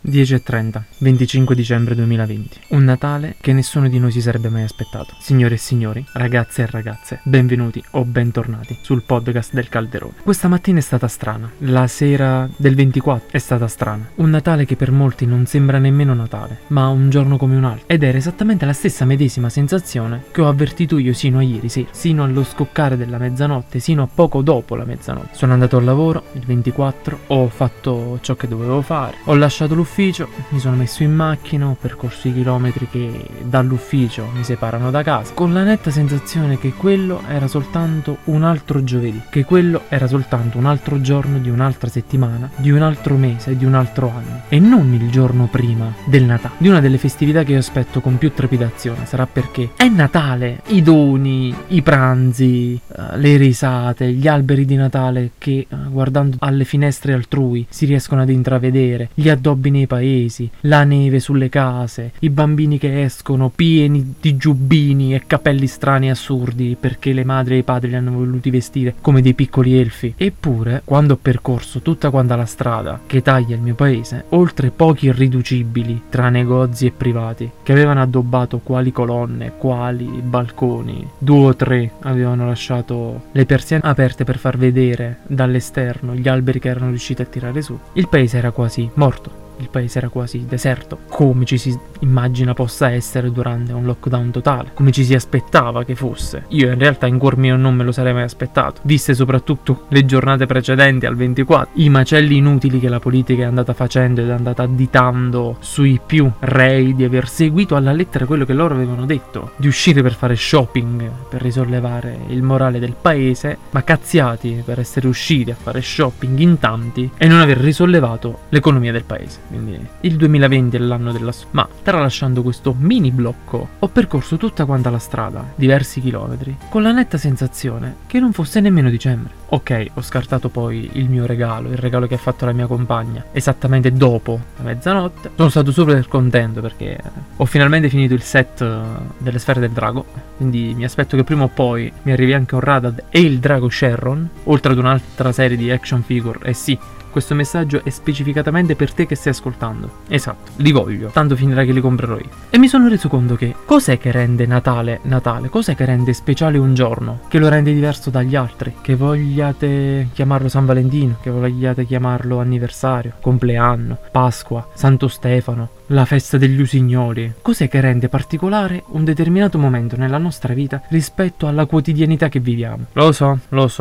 10:30, 25 dicembre 2020. Un Natale che nessuno di noi si sarebbe mai aspettato. Signore e signori, ragazze e ragazze, benvenuti o bentornati sul podcast del Calderone. Questa mattina è stata strana. La sera del 24 è stata strana. Un Natale che per molti non sembra nemmeno Natale, ma un giorno come un altro. Ed era esattamente la stessa medesima sensazione che ho avvertito io sino a ieri sera, sino allo scoccare della mezzanotte, sino a poco dopo la mezzanotte. Sono andato al lavoro il 24, ho fatto ciò che dovevo fare, ho lasciato l'ufficio, mi sono messo in macchina, ho percorso i chilometri che dall'ufficio mi separano da casa, con la netta sensazione che quello era soltanto un altro giovedì, che quello era soltanto un altro giorno di un'altra settimana, di un altro mese, di un altro anno, e non il giorno prima del Natale, di una delle festività che io aspetto con più trepidazione. Sarà perché è Natale, i doni, i pranzi, le risate, gli alberi di Natale che guardando alle finestre altrui si riescono ad intravedere, gli addobbi nei paesi, la neve sulle case, i bambini che escono pieni di giubbini e capelli strani e assurdi perché le madri e i padri li hanno voluti vestire come dei piccoli elfi. Eppure, quando ho percorso tutta quanta la strada che taglia il mio paese, oltre pochi irriducibili tra negozi e privati che avevano addobbato quali colonne, quali balconi, 2 o 3 avevano lasciato le persiane aperte per far vedere dall'esterno gli alberi che erano riusciti a tirare su, il paese era quasi morto. Il paese era quasi deserto, come ci si immagina possa essere durante un lockdown totale, come ci si aspettava che fosse. Io in realtà in cuor mio non me lo sarei mai aspettato, viste soprattutto le giornate precedenti al 24, i macelli inutili che la politica è andata facendo ed è andata additando sui più rei di aver seguito alla lettera quello che loro avevano detto, di uscire per fare shopping, per risollevare il morale del paese, ma cazziati per essere usciti a fare shopping in tanti e non aver risollevato l'economia del paese. Quindi il 2020 è l'anno della ma tralasciando questo mini blocco, ho percorso tutta quanta la strada, diversi chilometri, con la netta sensazione che non fosse nemmeno dicembre. Ok, ho scartato poi il mio regalo, il regalo che ha fatto la mia compagna, esattamente dopo la mezzanotte. Sono stato super contento perché ho finalmente finito il set delle Sfere del Drago, quindi mi aspetto che prima o poi mi arrivi anche un Radad e il Drago Sherron, oltre ad un'altra serie di action figure. E sì, questo messaggio è specificatamente per te che stai ascoltando. Esatto, li voglio, tanto finirà che li comprerò io. E mi sono reso conto che cos'è che rende Natale Natale? Cos'è che rende speciale un giorno? Che lo rende diverso dagli altri? Che vogliate chiamarlo San Valentino, che vogliate chiamarlo anniversario, compleanno, Pasqua, Santo Stefano, la festa degli usignoli. Cos'è che rende particolare un determinato momento nella nostra vita rispetto alla quotidianità che viviamo? Lo so.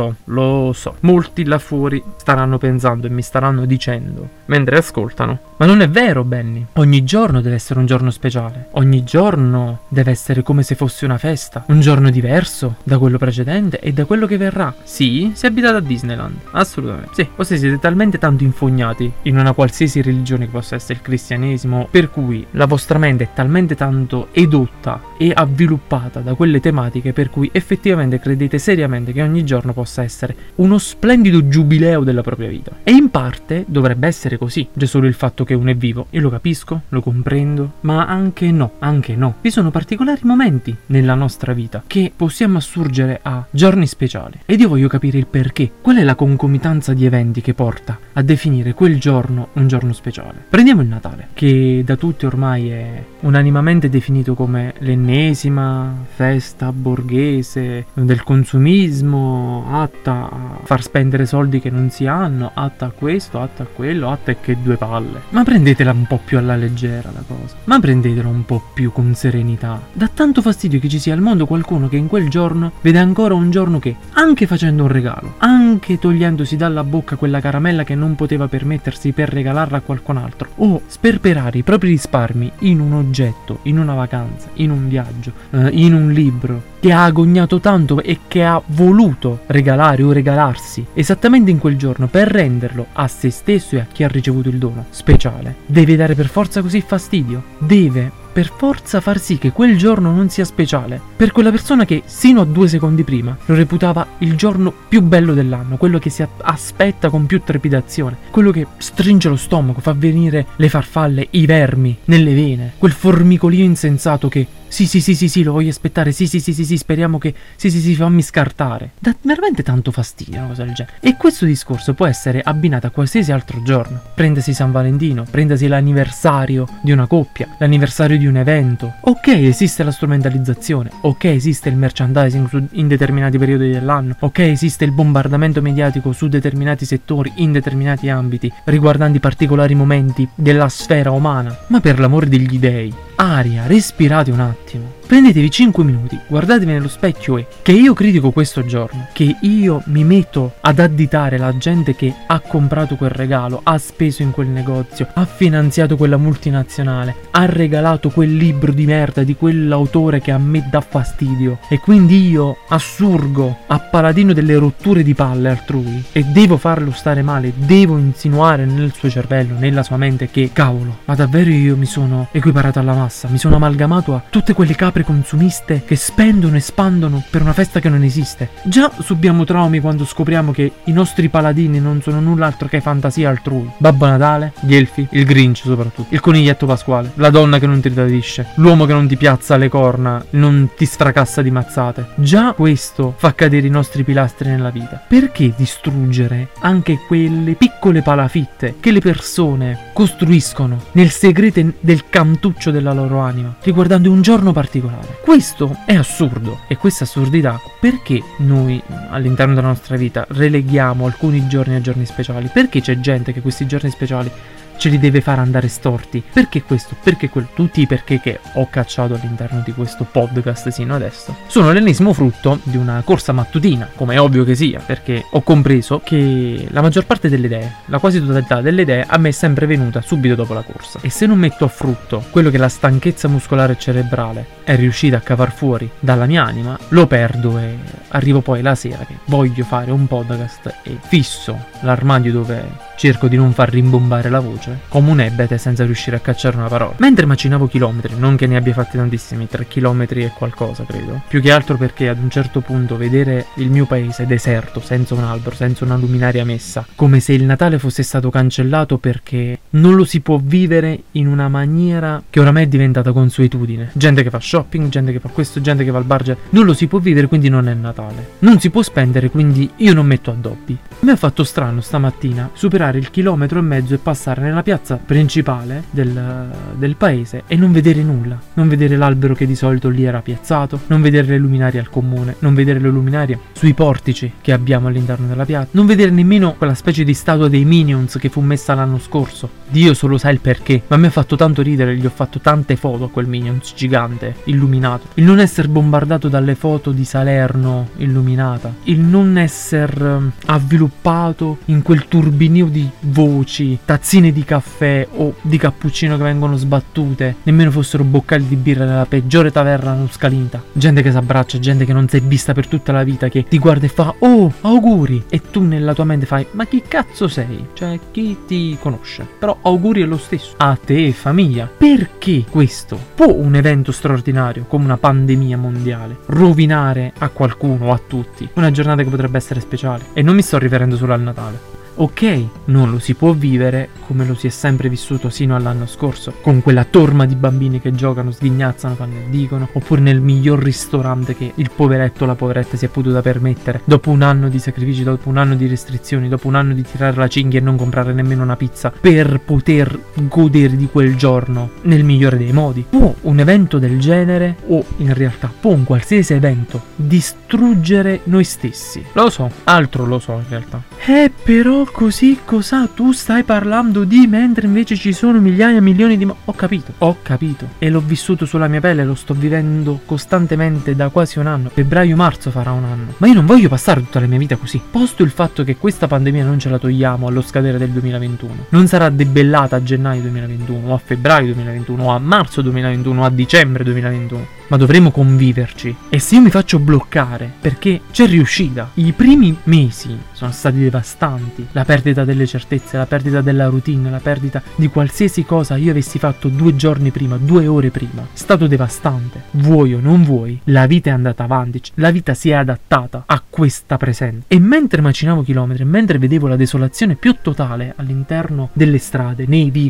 Molti là fuori staranno pensando e mi staranno dicendo, mentre ascoltano: ma non è vero, Benny. Ogni giorno deve essere un giorno speciale. Ogni giorno deve essere come se fosse una festa. Un giorno diverso da quello precedente e da quello che verrà. Sì, se abitate a Disneyland. Assolutamente. Sì, o se siete talmente tanto infognati in una qualsiasi religione che possa essere il cristianesimo, per cui la vostra mente è talmente tanto edotta e avviluppata da quelle tematiche per cui effettivamente credete seriamente che ogni giorno possa essere uno splendido giubileo della propria vita. E in parte dovrebbe essere così, già solo il fatto che uno è vivo. Io lo capisco, lo comprendo, ma anche no. Vi sono particolari momenti nella nostra vita che possiamo assurgere a giorni speciali ed io voglio capire il perché. Qual è la concomitanza di eventi che porta a definire quel giorno un giorno speciale? Prendiamo il Natale, che da tutti ormai è unanimamente definito come l'ennesima festa borghese del consumismo, atta a far spendere soldi che non si hanno, atta a questo, atta a quello, atta a che 2 palle. Ma prendetela un po' più alla leggera la cosa, ma prendetela un po' più con serenità. Dà tanto fastidio che ci sia al mondo qualcuno che in quel giorno vede ancora un giorno che, anche facendo un regalo, anche togliendosi dalla bocca quella caramella che non poteva permettersi per regalarla a qualcun altro, o sperperare i propri risparmi in un oggetto, in una vacanza, in un viaggio, in un libro che ha agognato tanto e che ha voluto regalare o regalarsi esattamente in quel giorno per renderlo a se stesso e a chi ha ricevuto il dono speciale, deve dare per forza così fastidio? Deve per forza far sì che quel giorno non sia speciale per quella persona che sino a 2 secondi prima lo reputava il giorno più bello dell'anno, quello che si aspetta con più trepidazione, quello che stringe lo stomaco, fa venire le farfalle, i vermi nelle vene, quel formicolio insensato che Sì, lo voglio aspettare, sì, speriamo che, sì, fammi scartare. Dà veramente tanto fastidio una cosa del genere. E questo discorso può essere abbinato a qualsiasi altro giorno. Prendasi San Valentino, prendasi l'anniversario di una coppia, l'anniversario di un evento. Ok, esiste la strumentalizzazione, ok, esiste il merchandising in determinati periodi dell'anno, ok, esiste il bombardamento mediatico su determinati settori, in determinati ambiti, riguardanti particolari momenti della sfera umana. Ma per l'amore degli dei, aria, respirate un attimo. Prendetevi 5 minuti, guardatevi nello specchio e che io critico questo giorno, che io mi metto ad additare la gente che ha comprato quel regalo, ha speso in quel negozio, ha finanziato quella multinazionale, ha regalato quel libro di merda di quell'autore che a me dà fastidio, e quindi io assurgo a paladino delle rotture di palle altrui e devo farlo stare male, devo insinuare nel suo cervello, nella sua mente che cavolo, ma davvero io mi sono equiparato alla massa, mi sono amalgamato a tutte quelle capre consumiste che spendono e spandono per una festa che non esiste. Già subiamo traumi quando scopriamo che i nostri paladini non sono null'altro che fantasia altrui. Babbo Natale, gli elfi, il Grinch soprattutto, il coniglietto pasquale, la donna che non ti tradisce, l'uomo che non ti piazza le corna, non ti stracassa di mazzate. Già questo fa cadere i nostri pilastri nella vita. Perché distruggere anche quelle piccole palafitte che le persone costruiscono nel segreto del cantuccio della loro anima, riguardando un giorno particolare? Questo è assurdo, e questa assurdità, perché noi all'interno della nostra vita releghiamo alcuni giorni a giorni speciali? Perché c'è gente che questi giorni speciali ce li deve far andare storti? Perché questo? Perché quello? Tutti i perché che ho cacciato all'interno di questo podcast sino adesso sono l'ennesimo frutto di una corsa mattutina, come è ovvio che sia, perché ho compreso che la maggior parte delle idee, la quasi totalità delle idee, a me è sempre venuta subito dopo la corsa. E se non metto a frutto quello che la stanchezza muscolare e cerebrale è riuscita a cavar fuori dalla mia anima, lo perdo e arrivo poi la sera che voglio fare un podcast e fisso l'armadio dove cerco di non far rimbombare la voce come un ebete senza riuscire a cacciare una parola. Mentre macinavo chilometri, non che ne abbia fatti tantissimi, 3 chilometri e qualcosa credo, più che altro perché ad un certo punto vedere il mio paese deserto, senza un albero, senza una luminaria messa, come se il Natale fosse stato cancellato perché non lo si può vivere in una maniera che oramai è diventata consuetudine. Gente che fa shopping, gente che fa questo, gente che va al bar, non lo si può vivere, quindi non è Natale. Non si può spendere, quindi io non metto addobbi. Mi ha fatto strano stamattina superare il chilometro e mezzo e passare nella piazza principale del paese e non vedere nulla, non vedere l'albero che di solito lì era piazzato, non vedere le luminarie al comune, non vedere le luminarie sui portici che abbiamo all'interno della piazza, non vedere nemmeno quella specie di statua dei Minions che fu messa l'anno scorso. Dio solo sa il perché, ma mi ha fatto tanto ridere, gli ho fatto tante foto a quel Minions gigante illuminato, il non essere bombardato dalle foto di Salerno illuminata, il non essere avviluppato in quel turbinio di voci, tazzine di caffè o di cappuccino che vengono sbattute, nemmeno fossero boccali di birra nella peggiore taverna nuscalita, gente che si abbraccia, gente che non si è vista per tutta la vita, che ti guarda e fa oh auguri, e tu nella tua mente fai ma chi cazzo sei? Cioè chi ti conosce? Però auguri è lo stesso a te e famiglia. Perché questo? Può un evento straordinario come una pandemia mondiale rovinare a qualcuno o a tutti una giornata che potrebbe essere speciale? E non mi sto riferendo solo al Natale. Ok, non lo si può vivere come lo si è sempre vissuto sino all'anno scorso, con quella torma di bambini che giocano, sghignazzano, fanno e dicono, oppure nel miglior ristorante che il poveretto o la poveretta si è potuta permettere, dopo un anno di sacrifici, dopo un anno di restrizioni, dopo un anno di tirare la cinghia e non comprare nemmeno una pizza, per poter godere di quel giorno nel migliore dei modi. Può un evento del genere, o in realtà può un qualsiasi evento, distruggere noi stessi? Lo so, altro lo so in realtà. Però così cosa tu stai parlando di, mentre invece ci sono migliaia, milioni di... Ho capito. E l'ho vissuto sulla mia pelle, lo sto vivendo costantemente da quasi un anno. Febbraio-marzo farà un anno. Ma io non voglio passare tutta la mia vita così. Posto il fatto che questa pandemia non ce la togliamo allo scadere del 2021. Non sarà debellata a gennaio 2021, o a febbraio 2021, o a marzo 2021, o a dicembre 2021. Ma dovremo conviverci. E se io mi faccio bloccare perché c'è riuscita, i primi mesi sono stati devastanti. La perdita delle certezze, la perdita della routine, la perdita di qualsiasi cosa io avessi fatto 2 giorni prima, 2 ore prima. È stato devastante. Vuoi o non vuoi, la vita è andata avanti, la vita si è adattata a questa presenza. E mentre macinavo chilometri, mentre vedevo la desolazione più totale all'interno delle strade, nei vicoli,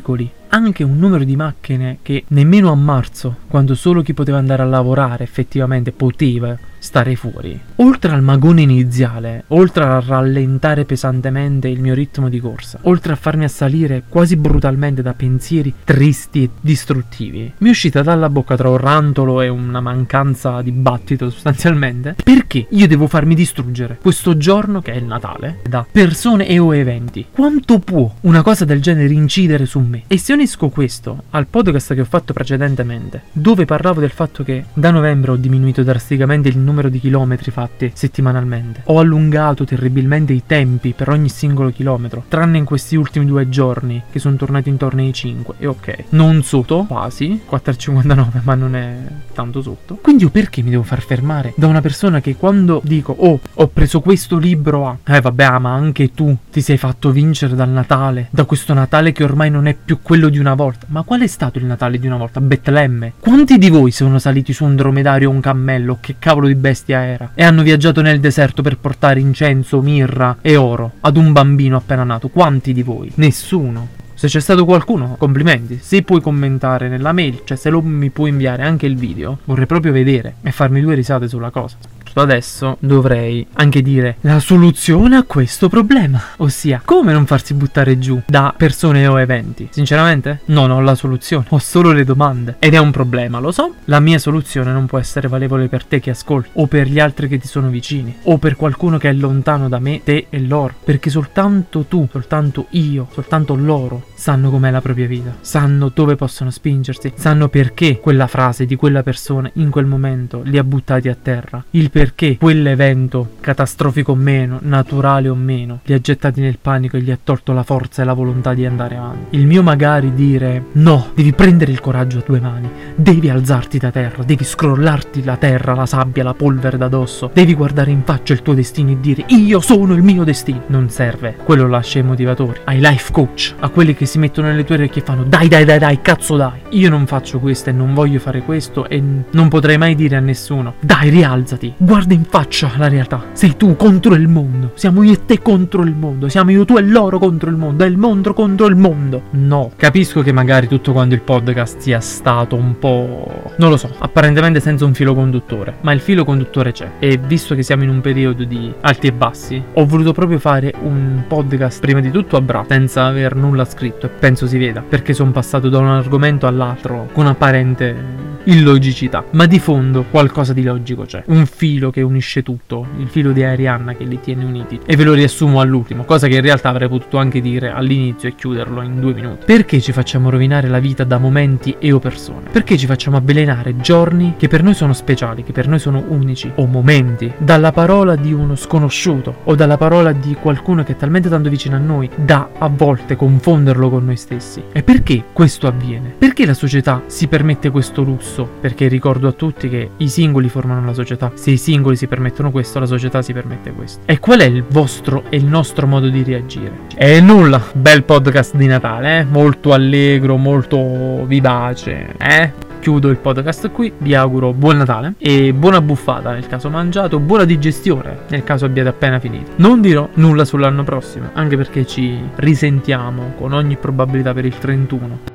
anche un numero di macchine che nemmeno a marzo, quando solo chi poteva andare a lavorare effettivamente poteva stare fuori, oltre al magone iniziale, oltre a rallentare pesantemente il mio ritmo di corsa, oltre a farmi assalire quasi brutalmente da pensieri tristi e distruttivi, mi è uscita dalla bocca tra un rantolo e una mancanza di battito sostanzialmente: perché io devo farmi distruggere questo giorno, che è il Natale, da persone e o eventi? Quanto può una cosa del genere incidere su me? E se unisco questo al podcast che ho fatto precedentemente, dove parlavo del fatto che da novembre ho diminuito drasticamente il numero di chilometri fatti settimanalmente, ho allungato terribilmente i tempi per ogni singolo chilometro, tranne in questi ultimi 2 giorni che sono tornati intorno ai 5, e ok, non sotto, quasi 4,59, ma non è tanto sotto. Quindi io perché mi devo far fermare da una persona che quando dico ho preso questo libro vabbè, ma anche tu ti sei fatto vincere dal Natale, da questo Natale che ormai non è più quello di una volta? Ma qual è stato il Natale di una volta? Betlemme? Quanti di voi sono saliti su un dromedario o un cammello, che cavolo di bestia era, e hanno viaggiato nel deserto per portare incenso, mirra e oro ad un bambino appena nato? Quanti di voi? Nessuno. Se c'è stato qualcuno, complimenti. Se puoi commentare nella mail, cioè se mi puoi inviare anche il video, vorrei proprio vedere e farmi 2 risate sulla cosa. Adesso dovrei anche dire la soluzione a questo problema, ossia come non farsi buttare giù da persone o eventi. Sinceramente non ho la soluzione, ho solo le domande, ed è un problema, lo so. La mia soluzione non può essere valevole per te che ascolti, o per gli altri che ti sono vicini, o per qualcuno che è lontano da me, te e loro, perché soltanto tu, soltanto io, soltanto loro sanno com'è la propria vita, sanno dove possono spingersi, sanno perché quella frase di quella persona in quel momento li ha buttati a terra, il perché quell'evento, catastrofico o meno, naturale o meno, li ha gettati nel panico e gli ha tolto la forza e la volontà di andare avanti. Il mio magari dire no, devi prendere il coraggio a 2 mani, devi alzarti da terra, devi scrollarti la terra, la sabbia, la polvere da dosso, devi guardare in faccia il tuo destino e dire io sono il mio destino. Non serve, quello lascia ai motivatori, ai life coach, a quelli che si mettono nelle tue orecchie e fanno dai, cazzo dai. Io non faccio questo e non voglio fare questo, e non potrei mai dire a nessuno dai, rialzati, guarda in faccia la realtà, sei tu contro il mondo, siamo io e te contro il mondo, siamo io, tu e loro contro il mondo, è il mondo contro il mondo. No, capisco che magari tutto quanto il podcast sia stato un po', non lo so, apparentemente senza un filo conduttore, ma il filo conduttore c'è, e visto che siamo in un periodo di alti e bassi, ho voluto proprio fare un podcast prima di tutto a braccio, senza aver nulla scritto, e penso si veda, perché sono passato da un argomento all'altro con apparente illogicità, ma di fondo qualcosa di logico c'è, un filo che unisce tutto, il filo di Arianna che li tiene uniti, e ve lo riassumo all'ultimo, cosa che in realtà avrei potuto anche dire all'inizio e chiuderlo in 2 minuti. Perché ci facciamo rovinare la vita da momenti e o persone? Perché ci facciamo avvelenare giorni che per noi sono speciali, che per noi sono unici, o momenti, dalla parola di uno sconosciuto o dalla parola di qualcuno che è talmente tanto vicino a noi da a volte confonderlo con noi stessi? E perché questo avviene? Perché la società si permette questo lusso? Perché ricordo a tutti che i singoli formano la società. Se i singoli si permettono questo, la società si permette questo. E qual è il vostro e il nostro modo di reagire? E nulla, bel podcast di Natale, molto allegro, molto vivace, Chiudo il podcast qui, vi auguro buon Natale e buona buffata nel caso mangiato, buona digestione nel caso abbiate appena finito. Non dirò nulla sull'anno prossimo, anche perché ci risentiamo con ogni probabilità per il 31,